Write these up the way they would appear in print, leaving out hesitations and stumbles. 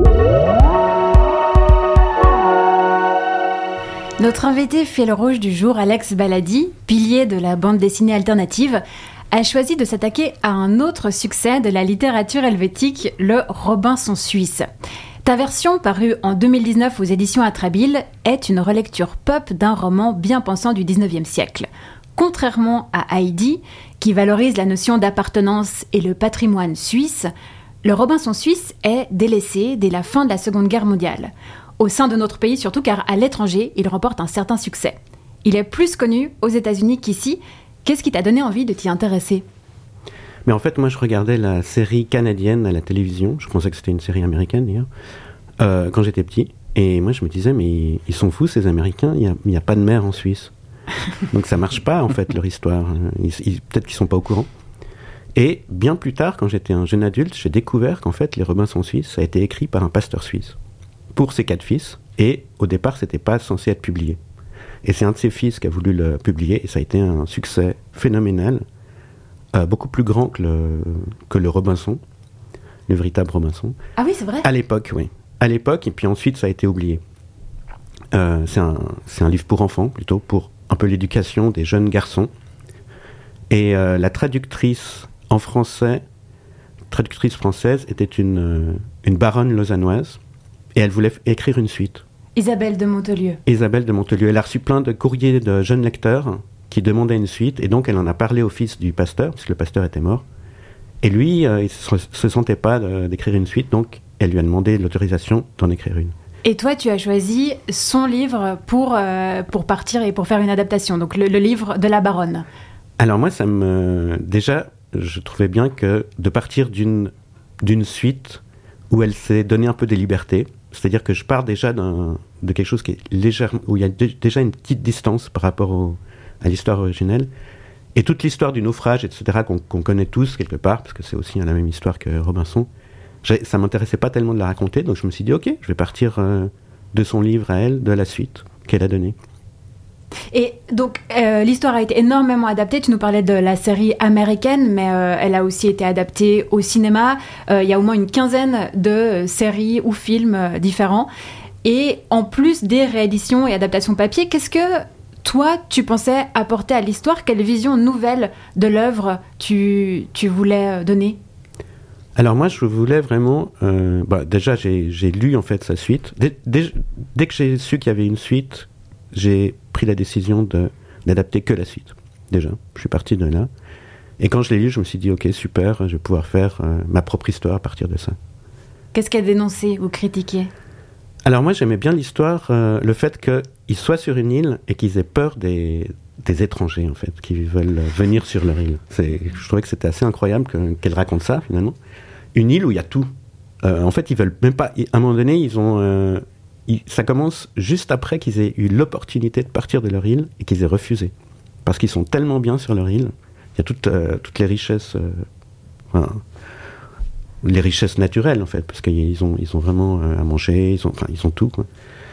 Notre invité fil rouge du jour, Alex Baladi, pilier de la bande dessinée alternative, a choisi de s'attaquer à un autre succès de la littérature helvétique, le Robinson suisse. Ta version, parue en 2019 aux éditions Atrabile, est une relecture pop d'un roman bien pensant du 19e siècle. Contrairement à Heidi, qui valorise la notion d'appartenance et le patrimoine suisse, le Robinson suisse est délaissé dès la fin de la Seconde Guerre mondiale. Au sein de notre pays surtout, car à l'étranger, il remporte un certain succès. Il est plus connu aux États-Unis qu'ici. Qu'est-ce qui t'a donné envie de t'y intéresser ? Mais en fait, moi, je regardais la série canadienne à la télévision. Je pensais que c'était une série américaine, d'ailleurs, quand j'étais petit. Et moi, je me disais, mais ils sont fous, ces Américains. Il n'y a pas de mer en Suisse. Donc, ça marche pas, en fait, leur histoire. Peut-être qu'ils sont pas au courant. Et bien plus tard, quand j'étais un jeune adulte, j'ai découvert qu'en fait, les Robinson suisses, ça a été écrit par un pasteur suisse pour ses 4 fils. Et au départ, c'était pas censé être publié. Et c'est un de ses fils qui a voulu le publier. Et ça a été un succès phénoménal. Beaucoup plus grand que le Robinson, le véritable Robinson. Ah oui, c'est vrai ? À l'époque, oui. À l'époque, et puis ensuite, ça a été oublié. C'est un livre pour enfants, plutôt, pour un peu l'éducation des jeunes garçons. Et la traductrice en français, traductrice française, était une baronne lausannoise, et elle voulait écrire une suite. Isabelle de Montelieu. Isabelle de Montelieu. Elle a reçu plein de courriers de jeunes lecteurs qui demandait une suite, et donc elle en a parlé au fils du pasteur, puisque le pasteur était mort. Et lui, il ne se sentait pas d'écrire une suite, donc elle lui a demandé l'autorisation d'en écrire une. Et toi, tu as choisi son livre pour partir et pour faire une adaptation, donc le livre de la baronne. Alors moi, déjà, je trouvais bien que de partir d'une suite où elle s'est donné un peu des libertés, c'est-à-dire que je pars déjà de quelque chose qui est légèrement, où il y a déjà une petite distance par rapport à l'histoire originelle, et toute l'histoire du naufrage, etc., qu'on connaît tous quelque part, parce que c'est aussi la même histoire que Robinson, ça m'intéressait pas tellement de la raconter, donc je me suis dit, ok, je vais partir de son livre à elle, de la suite qu'elle a donnée. Et donc, l'histoire a été énormément adaptée. Tu nous parlais de la série américaine, mais elle a aussi été adaptée au cinéma. Il y a au moins une quinzaine de séries ou films différents. Et en plus des rééditions et adaptations papier, qu'est-ce que toi, tu pensais apporter à l'histoire ? Quelle vision nouvelle de l'œuvre tu voulais donner ? Alors moi, je voulais vraiment... déjà, j'ai lu en fait sa suite. Dès que j'ai su qu'il y avait une suite, j'ai pris la décision d'adapter que la suite. Déjà, je suis parti de là. Et quand je l'ai lu, je me suis dit, ok, super, je vais pouvoir faire ma propre histoire à partir de ça. Qu'est-ce qu'elle dénonçait ou critiquait ? Alors moi, j'aimais bien l'histoire, le fait qu'ils soient sur une île et qu'ils aient peur des étrangers, en fait, qui veulent venir sur leur île. Je trouvais que c'était assez incroyable qu'elle raconte ça, finalement. Une île où il y a tout. En fait, ils veulent même pas... À un moment donné, ça commence juste après qu'ils aient eu l'opportunité de partir de leur île et qu'ils aient refusé. Parce qu'ils sont tellement bien sur leur île. Il y a toutes les richesses... les richesses naturelles, en fait, parce qu'ils ont vraiment à manger, ils ont tout, quoi.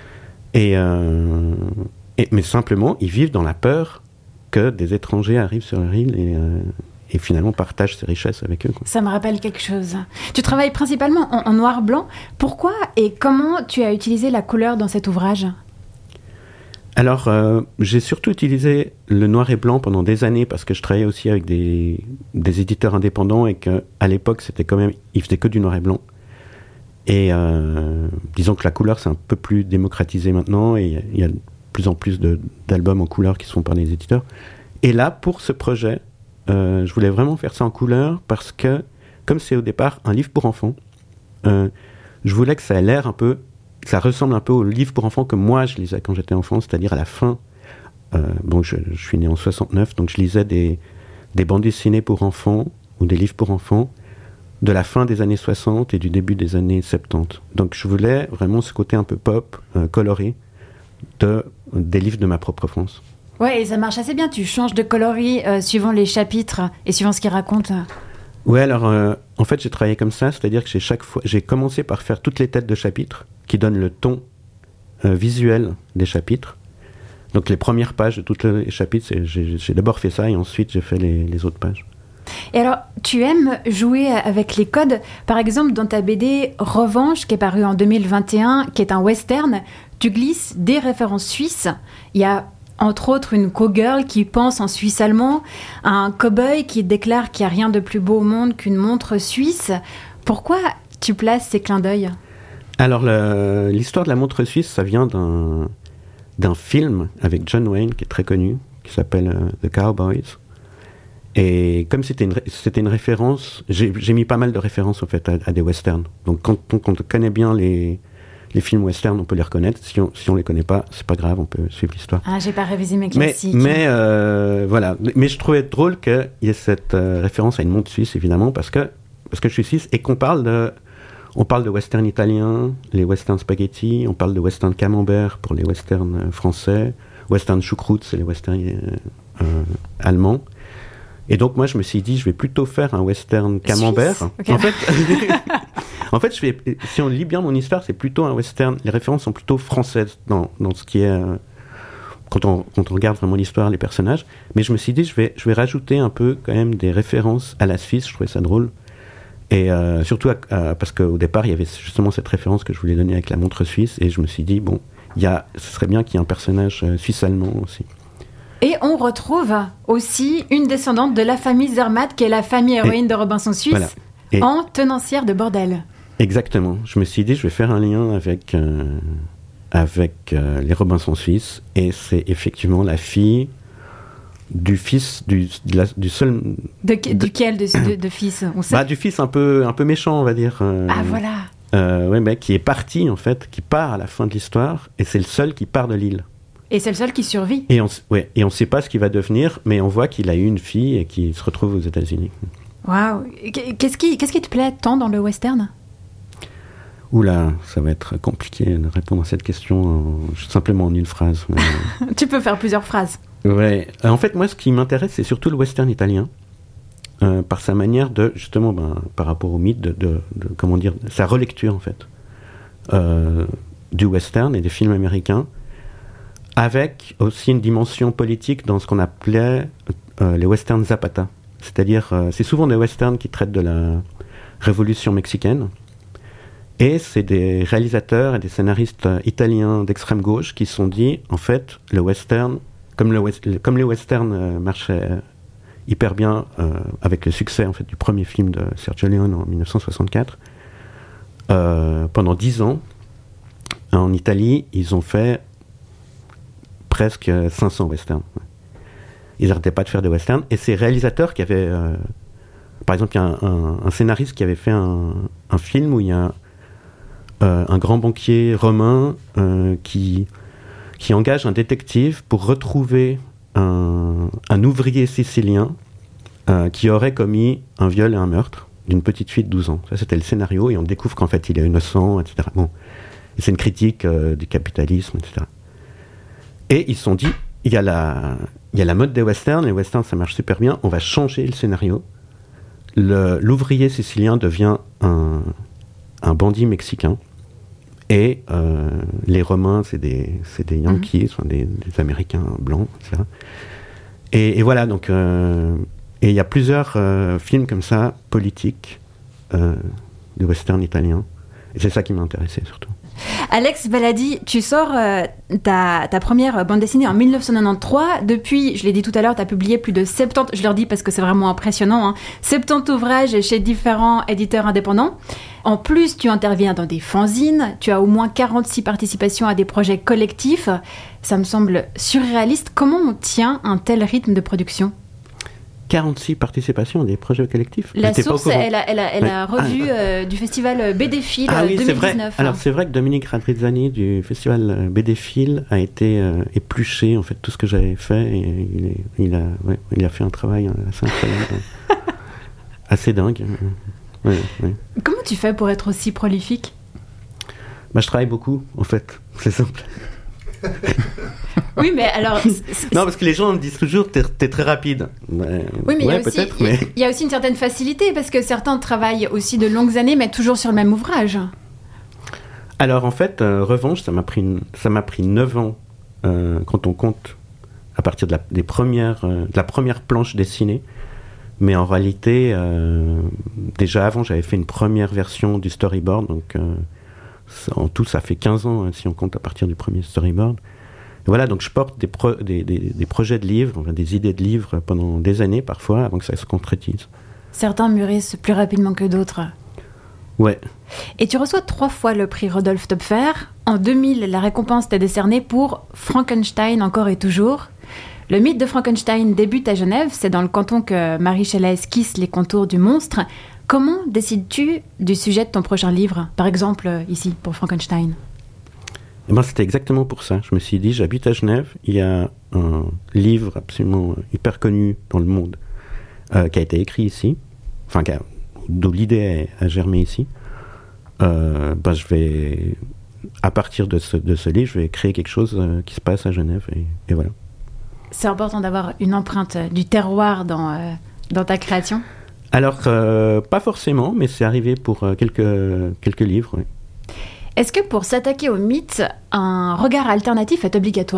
Mais simplement, ils vivent dans la peur que des étrangers arrivent sur leur île et finalement partagent ces richesses avec eux, quoi. Ça me rappelle quelque chose. Tu travailles principalement en noir-blanc. Pourquoi et comment tu as utilisé la couleur dans cet ouvrage ? Alors, j'ai surtout utilisé le noir et blanc pendant des années parce que je travaillais aussi avec des éditeurs indépendants et qu'à l'époque, ils faisaient que du noir et blanc. Et disons que la couleur, c'est un peu plus démocratisé maintenant et il y a de plus en plus d'albums en couleur qui se font par les éditeurs. Et là, pour ce projet, je voulais vraiment faire ça en couleur parce que, comme c'est au départ un livre pour enfants, je voulais que ça ait l'air un peu... Ça ressemble un peu au livre pour enfants que moi je lisais quand j'étais enfant, c'est-à-dire à la fin. Je suis né en 69, donc je lisais des bandes dessinées pour enfants ou des livres pour enfants de la fin des années 60 et du début des années 70. Donc je voulais vraiment ce côté un peu pop, coloré, des livres de ma propre France. Ouais, et ça marche assez bien. Tu changes de coloris suivant les chapitres et suivant ce qu'ils racontent. Ouais, alors en fait j'ai travaillé comme ça, c'est-à-dire que j'ai commencé par faire toutes les têtes de chapitres qui donnent le ton visuel des chapitres. Donc les premières pages de tous les chapitres, j'ai d'abord fait ça et ensuite j'ai fait les autres pages. Et alors, tu aimes jouer avec les codes. Par exemple, dans ta BD Revanche, qui est parue en 2021, qui est un western, tu glisses des références suisses. Il y a entre autres une cowgirl qui pense en suisse allemand, un cow-boy qui déclare qu'il n'y a rien de plus beau au monde qu'une montre suisse. Pourquoi tu places ces clins d'œil ? Alors, l'histoire de la montre suisse, ça vient d'un film avec John Wayne, qui est très connu, qui s'appelle The Cowboys. Et comme c'était une référence, j'ai mis pas mal de références en fait à des westerns. Donc quand on connaît bien les films westerns, on peut les reconnaître. Si on les connaît pas, c'est pas grave, on peut suivre l'histoire. Ah, j'ai pas révisé mes classiques. Mais voilà. Mais je trouvais drôle qu'il y ait cette référence à une montre suisse, évidemment, parce que je suis suisse et qu'on parle de western italien, les western spaghetti, on parle de western camembert pour les westerns français, western choucroute, c'est les westerns allemands. Et donc moi je me suis dit je vais plutôt faire un western camembert. Okay. En fait si on lit bien mon histoire, c'est plutôt un western, les références sont plutôt françaises dans ce qui est quand on regarde vraiment l'histoire, les personnages, mais je me suis dit je vais rajouter un peu quand même des références à la Suisse, je trouvais ça drôle. Et surtout parce qu'au départ il y avait justement cette référence que je voulais donner avec la montre suisse, et je me suis dit bon, ce serait bien qu'il y ait un personnage suisse-allemand aussi. Et on retrouve aussi une descendante de la famille Zermatt, qui est la famille héroïne de Robinson Suisse, voilà. En tenancière de bordel. Exactement. Je me suis dit, je vais faire un lien avec les Robinson Suisse, et c'est effectivement la fille du fils du seul... Duquel de fils, on sait. Du fils un peu méchant, on va dire. Voilà. Qui est parti, en fait, qui part à la fin de l'histoire, et c'est le seul qui part de l'île. Et c'est le seul qui survit. Et on ne sait pas ce qu'il va devenir, mais on voit qu'il a eu une fille et qu'il se retrouve aux États-Unis. Waouh. Qu'est-ce qui te plaît tant dans le western ? Oula, ça va être compliqué de répondre à cette question simplement en une phrase. Tu peux faire plusieurs phrases. Ouais. En fait, moi, ce qui m'intéresse, c'est surtout le western italien, par sa manière de, justement, par rapport au mythe, de comment dire, sa relecture, en fait, du western et des films américains, avec aussi une dimension politique dans ce qu'on appelait les westerns Zapata. C'est-à-dire, c'est souvent des westerns qui traitent de la révolution mexicaine, et c'est des réalisateurs et des scénaristes italiens d'extrême gauche qui se sont dit, en fait, le western, comme les westerns marchaient hyper bien avec le succès en fait, du premier film de Sergio Leone en 1964, pendant 10 ans, en Italie, ils ont fait presque 500 westerns. Ils n'arrêtaient pas de faire des westerns. Et ces réalisateurs qui avaient... par exemple, il y a un scénariste qui avait fait un film où il y a un grand banquier romain qui engage un détective pour retrouver un ouvrier sicilien qui aurait commis un viol et un meurtre d'une petite fille de 12 ans. Ça, c'était le scénario, et on découvre qu'en fait, il est innocent, etc. Bon. Et c'est une critique du capitalisme, etc. Et ils se sont dit, il y a la mode des westerns, les westerns ça marche super bien, on va changer le scénario. L'ouvrier sicilien devient un bandit mexicain, et les Romains c'est des Yankees, des Américains blancs, etc. Et voilà, donc et il y a plusieurs films comme ça, politiques, de western italien, et c'est ça qui m'a intéressé surtout. Alex Baladi, tu sors ta première bande dessinée en 1993. Depuis, je l'ai dit tout à l'heure, tu as publié plus de 70, je leur dis parce que c'est vraiment impressionnant, 70 ouvrages chez différents éditeurs indépendants. En plus, tu interviens dans des fanzines, tu as au moins 46 participations à des projets collectifs. Ça me semble surréaliste. Comment on tient un tel rythme de production ? 46 participations à des projets collectifs. La source, elle a revu du festival BD-Phil 2019. C'est vrai. Alors c'est vrai que Dominique Radrizzani du festival BD-Phil a été épluché en fait tout ce que j'avais fait, et il a fait un travail assez incroyable, assez dingue. Ouais. Comment tu fais pour être aussi prolifique ? Je travaille beaucoup en fait, c'est simple. Oui, mais alors... Non, parce que les gens me disent toujours t'es très rapide. Oui, mais il y a aussi une certaine facilité, parce que certains travaillent aussi de longues années, mais toujours sur le même ouvrage. Alors, en fait, Revanche, ça m'a pris 9 ans, quand on compte à partir de la première planche dessinée. Mais en réalité, déjà avant, j'avais fait une première version du storyboard. Donc, en tout, ça fait 15 ans, si on compte à partir du premier storyboard. Et voilà, donc je porte des projets de livres, des idées de livres pendant des années parfois, avant que ça se concrétise. Certains mûrissent plus rapidement que d'autres. Ouais. Et tu reçois 3 fois le prix Rodolphe Töpffer. En 2000, la récompense t'est décernée pour Frankenstein encore et toujours. Le mythe de Frankenstein débute à Genève. C'est dans le canton que Marie Shelley esquisse les contours du monstre. Comment décides-tu du sujet de ton prochain livre, par exemple ici, pour Frankenstein ? Et ben, c'était exactement pour ça. Je me suis dit, j'habite à Genève, il y a un livre absolument hyper connu dans le monde qui a été écrit ici, enfin, d'où l'idée a germé ici. Je vais, à partir de ce livre, je vais créer quelque chose qui se passe à Genève, et voilà. C'est important d'avoir une empreinte du terroir dans ta création ? Alors, pas forcément, mais c'est arrivé pour quelques livres, oui. Est-ce que pour s'attaquer au mythe, un regard alternatif est obligatoire ?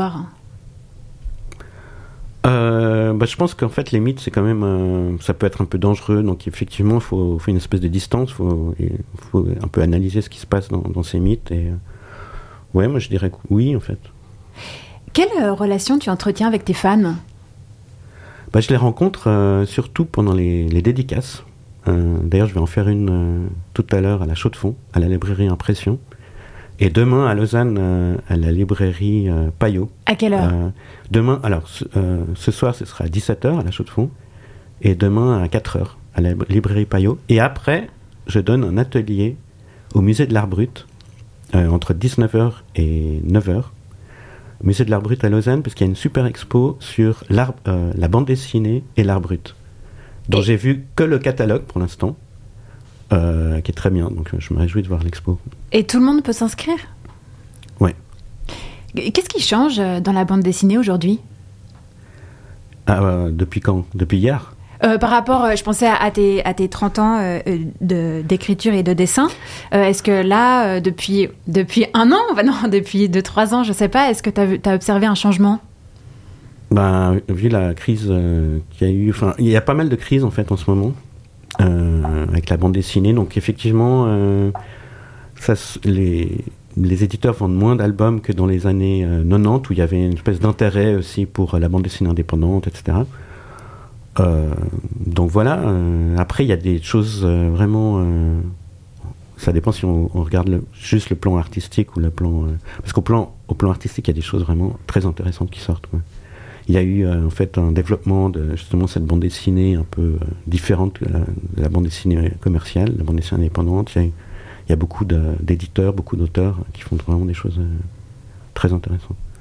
Je pense qu'en fait, les mythes, c'est quand même, ça peut être un peu dangereux. Donc, effectivement, il faut une espèce de distance. Il faut un peu analyser ce qui se passe dans ces mythes. Et ouais, moi, je dirais que oui, en fait. Quelle relation tu entretiens avec tes fans ? Je les rencontre surtout pendant les dédicaces. D'ailleurs, je vais en faire une tout à l'heure à la Chaux-de-Fonds, à la librairie Impression. Et demain, à Lausanne, à la librairie Payot. À quelle heure ? Demain, alors, ce soir, ce sera à 17h à la Chaux-de-Fonds. Et demain, à 4h, à la librairie Payot. Et après, je donne un atelier au musée de l'Art Brut, entre 19h et 9h. Au musée de l'Art Brut à Lausanne, parce qu'il y a une super expo sur la bande dessinée et l'art brut, dont j'ai vu que le catalogue pour l'instant. Qui est très bien, donc je me réjouis de voir l'expo. Et tout le monde peut s'inscrire ? Ouais. Qu'est-ce qui change dans la bande dessinée aujourd'hui ? Depuis quand ? Depuis hier ? Par rapport, je pensais à tes 30 ans d'écriture et de dessin. Est-ce que là, depuis 1 an, non, depuis 2-3 ans, je sais pas, est-ce que tu as observé un changement ? Vu la crise qu'il y a eu, enfin, il y a pas mal de crises en fait en ce moment. Avec la bande dessinée, donc effectivement les éditeurs vendent moins d'albums que dans les années 90 où il y avait une espèce d'intérêt aussi pour la bande dessinée indépendante, etc. Donc voilà, après il y a des choses vraiment ça dépend si on regarde juste le plan artistique ou le plan parce au plan artistique il y a des choses vraiment très intéressantes qui sortent, ouais. Il y a eu en fait un développement de justement cette bande dessinée un peu différente de la bande dessinée commerciale, la bande dessinée indépendante. Il y a beaucoup d'éditeurs, beaucoup d'auteurs qui font vraiment des choses très intéressantes.